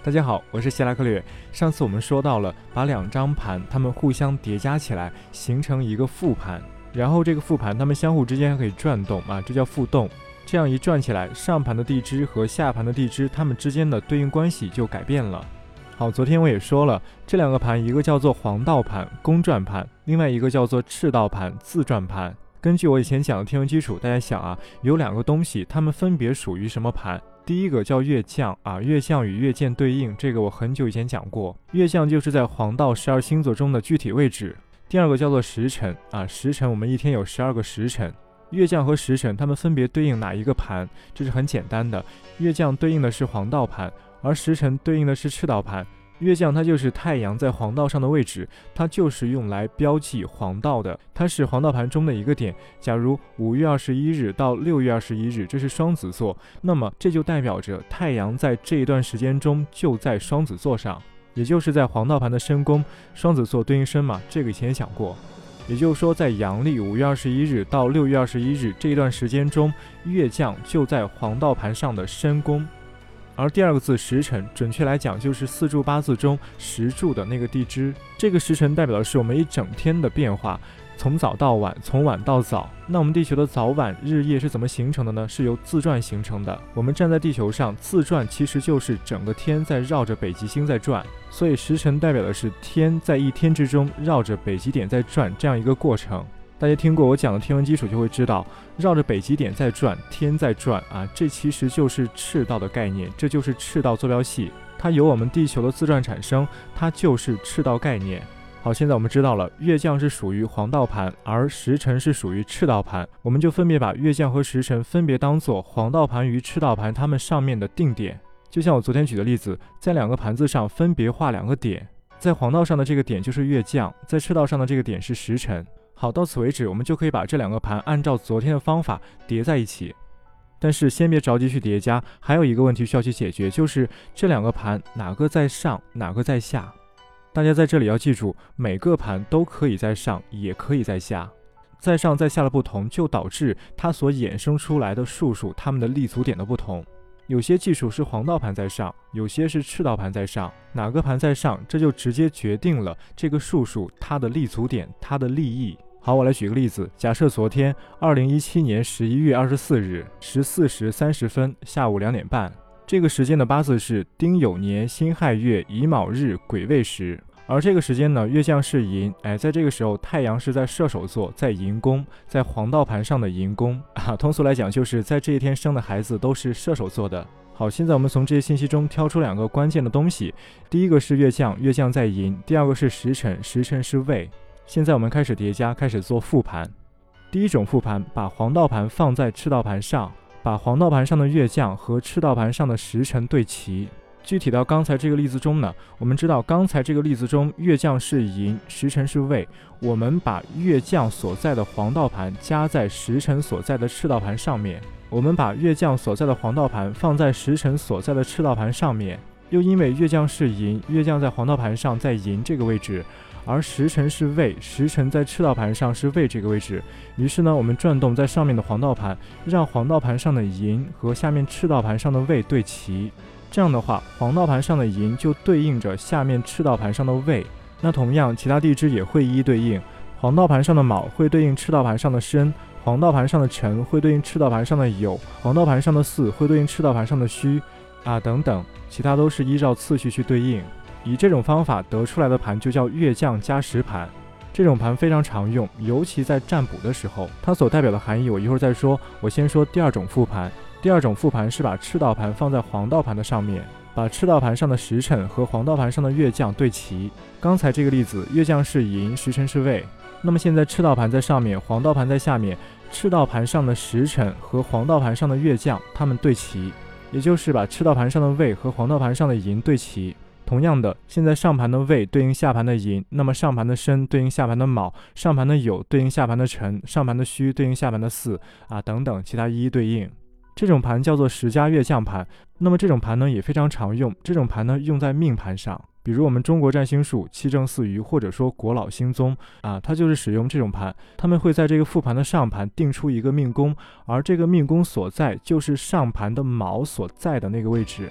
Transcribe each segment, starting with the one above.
大家好，我是希拉克略。上次我们说到了把两张盘它们互相叠加起来形成一个复盘，然后这个复盘它们相互之间还可以转动这叫复动。这样一转起来，上盘的地支和下盘的地支它们之间的对应关系就改变了。好，昨天我也说了，这两个盘一个叫做黄道盘公转盘，另外一个叫做赤道盘自转盘。根据我以前讲的天文基础，大家想有两个东西它们分别属于什么盘。第一个叫月相月相与月见对应，这个我很久以前讲过，月相就是在黄道12星座中的具体位置。第二个叫做时辰时辰我们一天有12个时辰，月相和时辰它们分别对应哪一个盘？这是很简单的，月相对应的是黄道盘，而时辰对应的是赤道盘。月相它就是太阳在黄道上的位置，它就是用来标记黄道的，它是黄道盘中的一个点。假如5月21日到6月21日，这是双子座，那么这就代表着太阳在这一段时间中就在双子座上，也就是在黄道盘的申宫，双子座对应申嘛，这个以前也讲过。也就是说，在阳历5月21日到6月21日这一段时间中，月相就在黄道盘上的申宫。而第二个字时辰，准确来讲就是四柱八字中时柱的那个地支，这个时辰代表的是我们一整天的变化，从早到晚，从晚到早。那我们地球的早晚日夜是怎么形成的呢？是由自转形成的。我们站在地球上，自转其实就是整个天在绕着北极星在转，所以时辰代表的是天在一天之中绕着北极点在转这样一个过程。大家听过我讲的天文基础就会知道，绕着北极点在转，天在转这其实就是赤道的概念，这就是赤道坐标系，它由我们地球的自转产生，它就是赤道概念。好，现在我们知道了月相是属于黄道盘，而时辰是属于赤道盘，我们就分别把月相和时辰分别当作黄道盘与赤道盘它们上面的定点。就像我昨天举的例子，在两个盘子上分别画两个点，在黄道上的这个点就是月相，在赤道上的这个点是时辰。好，到此为止，我们就可以把这两个盘按照昨天的方法叠在一起。但是先别着急去叠加，还有一个问题需要去解决，就是这两个盘哪个在上，哪个在下。大家在这里要记住，每个盘都可以在上，也可以在下。在上在下的不同，就导致它所衍生出来的数数它们的立足点的不同。有些技术是黄道盘在上，有些是赤道盘在上，哪个盘在上，这就直接决定了这个数数它的立足点，它的立意。好，我来举个例子，假设昨天2017年11月24日14时30分下午2点半，这个时间的八字是丁酉年辛亥月乙卯日癸未时，而这个时间呢，月相是寅，在这个时候太阳是在射手座，在寅宫，在黄道盘上的寅宫通俗来讲就是在这一天生的孩子都是射手座的。好，现在我们从这些信息中挑出两个关键的东西，第一个是月相，月相在寅，第二个是时辰，时辰是未。现在我们开始叠加，开始做复盘。第一种复盘，把黄道盘放在赤道盘上，把黄道盘上的月相和赤道盘上的时辰对齐。具体到刚才这个例子中呢，我们知道刚才这个例子中月相是寅，时辰是未，我们把月相所在的黄道盘加在时辰所在的赤道盘上面，我们把月相所在的黄道盘放在时辰所在的赤道盘上面，又因为月相是寅，月相在黄道盘上在寅这个位置，而时辰是未，时辰在赤道盘上是未这个位置，于是呢，我们转动在上面的黄道盘，让黄道盘上的寅和下面赤道盘上的未对齐。这样的话，黄道盘上的寅就对应着下面赤道盘上的未。那同样，其他地支也会一一对应，黄道盘上的卯会对应赤道盘上的申，黄道盘上的辰会对应赤道盘上的酉，黄道盘上的巳会对应赤道盘上的戌等等，其他都是依照次序去对应。以这种方法得出来的盘就叫月相加时盘。这种盘非常常用，尤其在占卜的时候，它所代表的含义我一会儿再说。我先说第二种复盘。第二种复盘是把赤道盘放在黄道盘的上面，把赤道盘上的时辰和黄道盘上的月相对齐。刚才这个例子，月相是寅，时辰是未。那么现在赤道盘在上面，黄道盘在下面，赤道盘上的时辰和黄道盘上的月相它们对齐，也就是把赤道盘上的未和黄道盘上的寅对齐。同样的，现在上盘的未对应下盘的寅，那么上盘的申对应下盘的卯，上盘的酉对应下盘的辰，上盘的戌对应下盘的巳等等，其他一一对应。这种盘叫做十家月相盘。那么这种盘呢也非常常用，这种盘呢用在命盘上，比如我们中国占星术、七正四余，或者说国老星宗它就是使用这种盘。他们会在这个复盘的上盘定出一个命宫，而这个命宫所在就是上盘的卯所在的那个位置。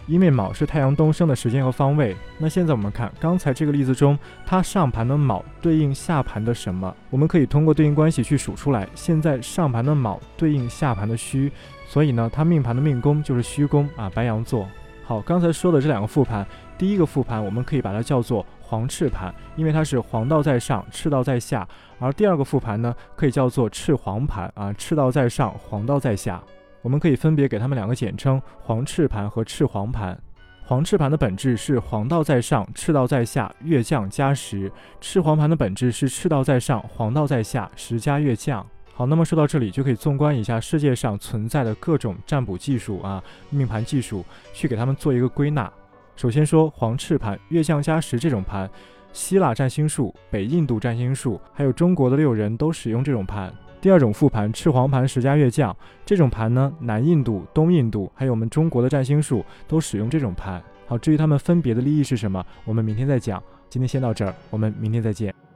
阴面卯是太阳东升的时间和方位。那现在我们看刚才这个例子中，它上盘的卯对应下盘的什么？我们可以通过对应关系去数出来。现在上盘的卯对应下盘的戌，所以呢，它命盘的命宫就是戌宫啊，白羊座。好，刚才说的这两个复盘，第一个复盘我们可以把它叫做黄赤盘，因为它是黄道在上，赤道在下；而第二个复盘呢，可以叫做赤黄盘啊，赤道在上，黄道在下。我们可以分别给它们两个简称，黄赤盘和赤黄盘。黄赤盘的本质是黄道在上，赤道在下，月降加时；赤黄盘的本质是赤道在上，黄道在下，时加月降。好，那么说到这里，就可以纵观一下世界上存在的各种占卜技术啊，命盘技术，去给他们做一个归纳。首先说黄赤盘，月降加时这种盘，希腊占星术、北印度占星术，还有中国的六人都使用这种盘。第二种复盘，赤黄盘时加月降，这种盘呢，南印度、东印度，还有我们中国的占星术都使用这种盘。好，至于它们分别的利益是什么，我们明天再讲。今天先到这儿，我们明天再见。